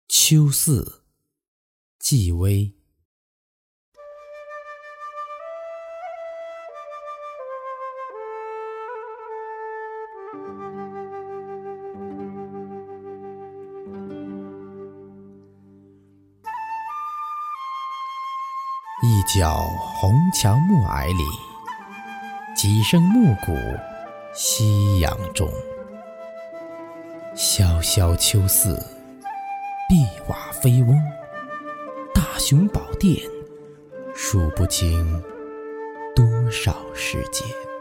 秋四，纪微。一角红墙暮霭里，几声暮鼓夕阳中。萧萧秋四，碧瓦飞翁，大雄宝殿，数不清多少世界。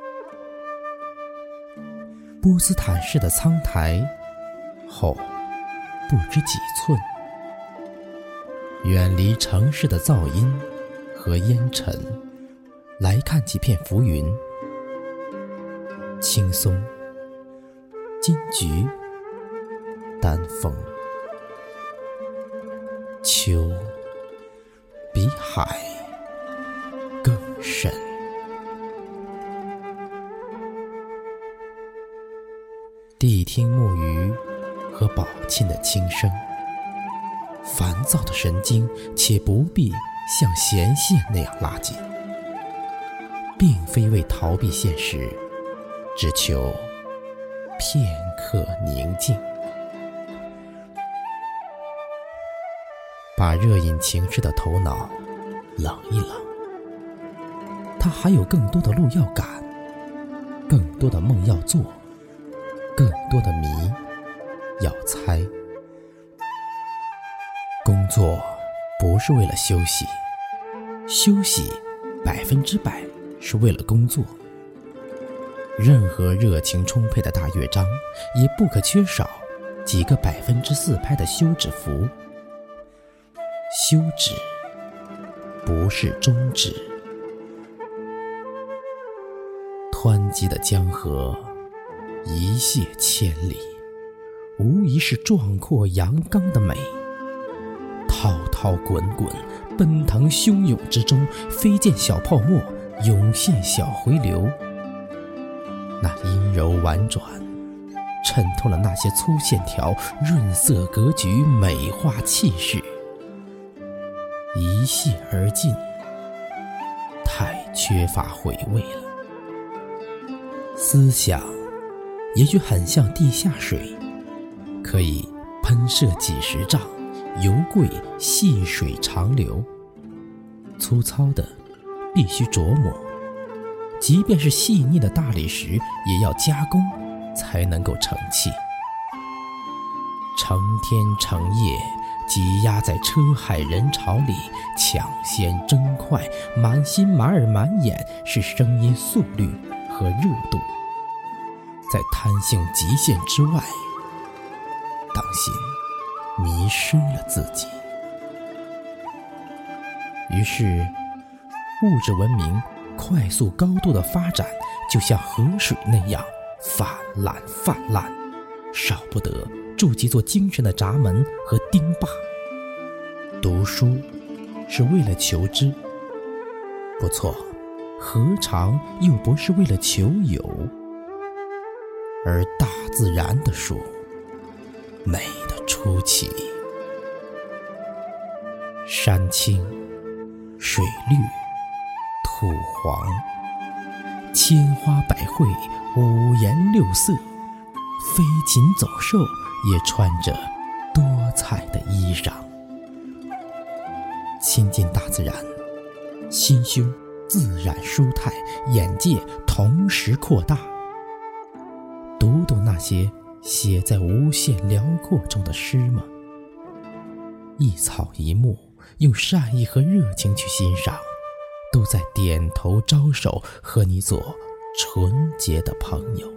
波斯坦式的苍台，厚不知几寸，远离城市的噪音和烟尘，来看几片浮云，青松、金菊、丹枫。秋比海更深。谛听木鱼和宝磬的轻声，烦躁的神经且不必像弦线那样拉紧，并非为逃避现实，只求片刻宁静。把热饮情事的头脑冷一冷，他还有更多的路要赶，更多的梦要做，更多的谜要猜。工作不是为了休息，休息100%是为了工作。任何热情充沛的大乐章，也不可缺少几个4%拍的休止符。休止不是终止。湍急的江河一泻千里，无疑是壮阔阳刚的美。滔滔滚滚，奔腾汹涌之中，飞溅小泡沫，涌现小回流。那阴柔婉转，衬透了那些粗线条，润色格局，美化气势。一泻而尽，太缺乏回味了。思想也许很像地下水，可以喷射几十丈，油贵细水长流。粗糙的必须琢磨，即便是细腻的大理石，也要加工才能够成器。成天成夜挤压在车海人潮里，抢先争快，满心满耳满眼是声音速率和热度。在贪性极限之外，当心迷失了自己。于是物质文明快速高度的发展，就像河水那样泛滥泛滥，少不得筑几座精神的闸门和钉坝。读书是为了求知，不错，何尝又不是为了求有？而大自然的书，美得出奇。山青，水绿，土黄，千花百卉，五颜六色，飞禽走兽也穿着多彩的衣裳。亲近大自然，心胸自然舒泰，眼界同时扩大。读懂那些写在无限辽阔中的诗吗？一草一木，用善意和热情去欣赏，都在点头招手，和你做纯洁的朋友。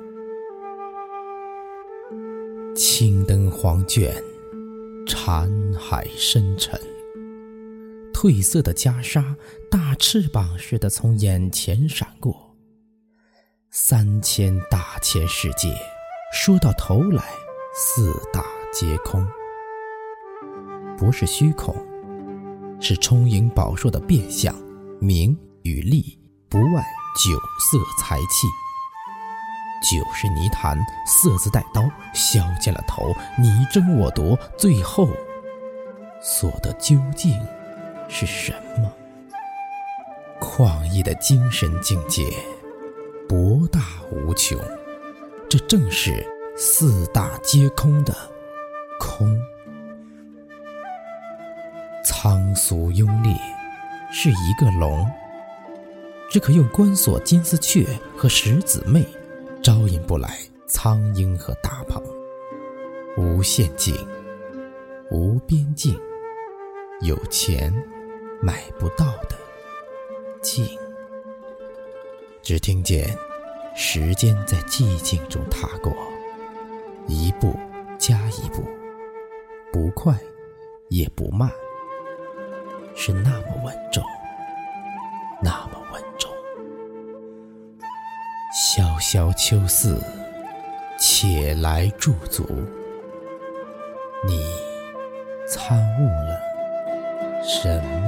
青灯黄卷，禅海深沉，褪色的袈裟大翅膀似的从眼前闪过。3000大千世界，说到头来4大皆空。不是虚空，是充盈饱硕的变相，名与利不外酒色财气。酒是泥潭，色字带刀，削尖了头，你争我夺，最后所得究竟是什么？旷逸的精神境界，博大无穷，这正是四大皆空的空。苍俗庸劣是一个龙，只可用关锁金丝雀和石子妹，招引不来苍鹰和大鹏。无限境，无边境，有钱买不到的静。只听见时间在寂静中踏过，一步加一步，不快也不慢，是那么稳重，那么稳重。萧萧秋思，且来驻足，你参悟了什么？